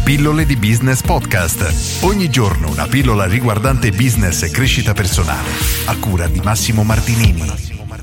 Pillole di Business Podcast. Ogni giorno una pillola riguardante business e crescita personale. A cura di Massimo Martinini.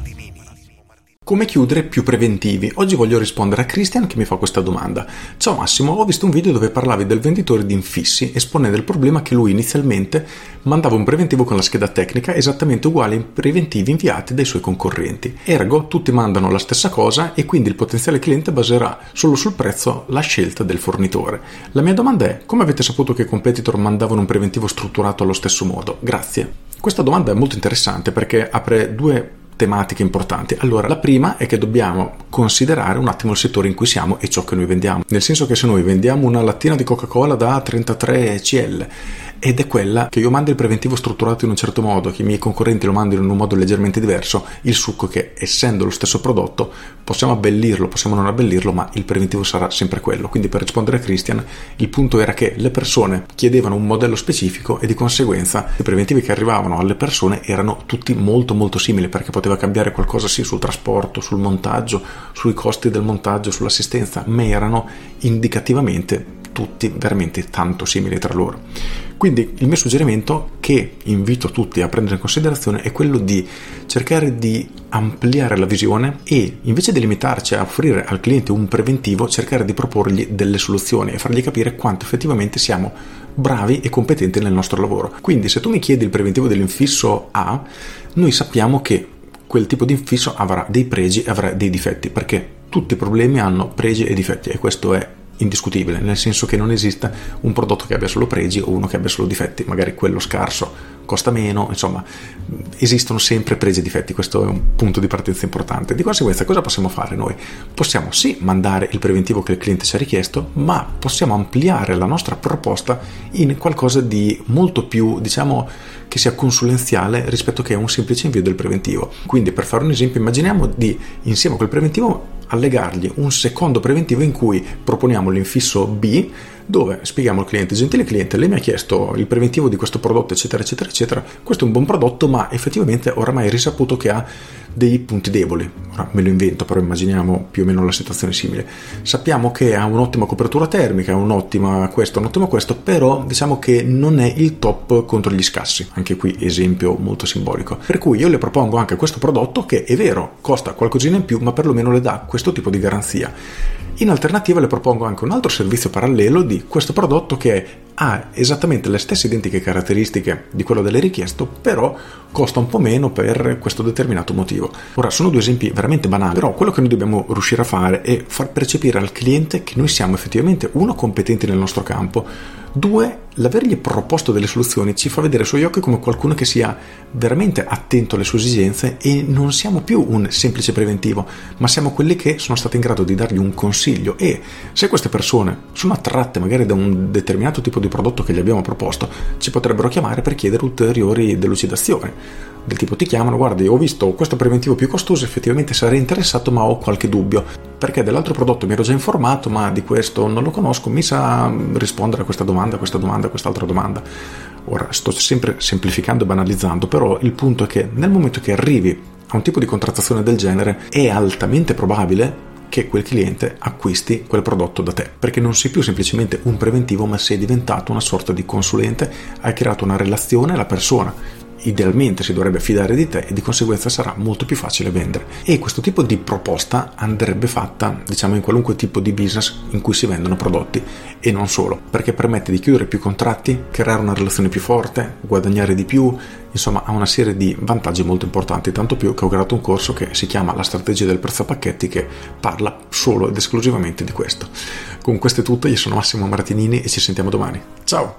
Come chiudere più preventivi? Oggi voglio rispondere a Christian che mi fa questa domanda. Ciao Massimo, ho visto un video dove parlavi del venditore di infissi esponendo il problema che lui inizialmente mandava un preventivo con la scheda tecnica esattamente uguale ai preventivi inviati dai suoi concorrenti. Ergo, tutti mandano la stessa cosa e quindi il potenziale cliente baserà solo sul prezzo la scelta del fornitore. La mia domanda è: come avete saputo che i competitor mandavano un preventivo strutturato allo stesso modo? Grazie. Questa domanda è molto interessante perché apre due tematiche importanti. Allora, la prima è che dobbiamo considerare un attimo il settore in cui siamo e ciò che noi vendiamo. Nel senso che se noi vendiamo una lattina di Coca-Cola da 33 CL ed è quella che io mando il preventivo strutturato in un certo modo, che i miei concorrenti lo mandino in un modo leggermente diverso, il succo è che essendo lo stesso prodotto possiamo abbellirlo, possiamo non abbellirlo, ma il preventivo sarà sempre quello. Quindi, per rispondere a Christian, il punto era che le persone chiedevano un modello specifico e di conseguenza i preventivi che arrivavano alle persone erano tutti molto simili, perché poteva cambiare qualcosa sì sul trasporto, sul montaggio, sui costi del montaggio, sull'assistenza, ma erano indicativamente tutti veramente tanto simili tra loro. Quindi il mio suggerimento, che invito tutti a prendere in considerazione, è quello di cercare di ampliare la visione e, invece di limitarci a offrire al cliente un preventivo, cercare di proporgli delle soluzioni e fargli capire quanto effettivamente siamo bravi e competenti nel nostro lavoro. Quindi se tu mi chiedi il preventivo dell'infisso A, noi sappiamo che quel tipo di infisso avrà dei pregi e avrà dei difetti, perché tutti i problemi hanno pregi e difetti e questo è indiscutibile, nel senso che non esiste un prodotto che abbia solo pregi o uno che abbia solo difetti. Magari quello scarso costa meno, insomma esistono sempre pregi e difetti, questo è un punto di partenza importante. Di conseguenza cosa possiamo fare noi? Possiamo sì mandare il preventivo che il cliente ci ha richiesto, ma possiamo ampliare la nostra proposta in qualcosa di molto più, diciamo, che sia consulenziale rispetto che a un semplice invio del preventivo. Quindi, per fare un esempio, immaginiamo di, insieme a quel preventivo, allegargli un secondo preventivo in cui proponiamo l'infisso B, dove spieghiamo al cliente: gentile cliente, lei mi ha chiesto il preventivo di questo prodotto eccetera eccetera eccetera, questo è un buon prodotto ma effettivamente oramai è risaputo che ha dei punti deboli. Ora me lo invento, però immaginiamo più o meno la situazione simile. Sappiamo che ha un'ottima copertura termica, un'ottima questo, però diciamo che non è il top contro gli scassi. Anche qui esempio molto simbolico. Per cui io le propongo anche questo prodotto che, è vero, costa qualcosina in più, ma perlomeno le dà questo tipo di garanzia. In alternativa le propongo anche un altro servizio parallelo di questo prodotto che ha esattamente le stesse identiche caratteristiche di quello delle richieste, però costa un po' meno per questo determinato motivo. Ora, sono due esempi veramente banali, però quello che noi dobbiamo riuscire a fare è far percepire al cliente che noi siamo effettivamente, uno, competenti nel nostro campo, due, l'avergli proposto delle soluzioni ci fa vedere ai suoi occhi come qualcuno che sia veramente attento alle sue esigenze e non siamo più un semplice preventivo, ma siamo quelli che sono stati in grado di dargli un consiglio. E se queste persone sono attratte magari da un determinato tipo di prodotto che gli abbiamo proposto, ci potrebbero chiamare per chiedere ulteriori delucidazioni, del tipo: ti chiamano, guardi, ho visto questo preventivo più costoso, effettivamente sarei interessato ma ho qualche dubbio, perché dell'altro prodotto mi ero già informato ma di questo non lo conosco, mi sa rispondere a quest'altra domanda. Ora sto sempre semplificando e banalizzando, però il punto è che nel momento che arrivi a un tipo di contrattazione del genere è altamente probabile che quel cliente acquisti quel prodotto da te, perché non sei più semplicemente un preventivo ma sei diventato una sorta di consulente, hai creato una relazione, la persona idealmente si dovrebbe fidare di te e di conseguenza sarà molto più facile vendere. E questo tipo di proposta andrebbe fatta, diciamo, in qualunque tipo di business in cui si vendono prodotti, e non solo, perché permette di chiudere più contratti, creare una relazione più forte, guadagnare di più, insomma ha una serie di vantaggi molto importanti, tanto più che ho creato un corso che si chiama La strategia del prezzo a pacchetti, che parla solo ed esclusivamente di questo. Con questo è tutto, io sono Massimo Martinini e ci sentiamo domani. Ciao!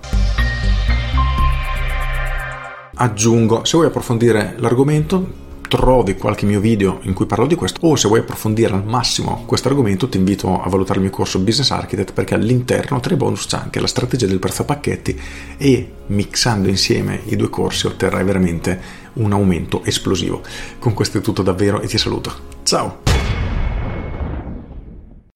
Aggiungo, se vuoi approfondire l'argomento, trovi qualche mio video in cui parlo di questo, o se vuoi approfondire al massimo questo argomento ti invito a valutare il mio corso Business Architect, perché all'interno tra i bonus c'è anche la strategia del prezzo a pacchetti e mixando insieme i due corsi otterrai veramente un aumento esplosivo. Con questo è tutto davvero e ti saluto. Ciao!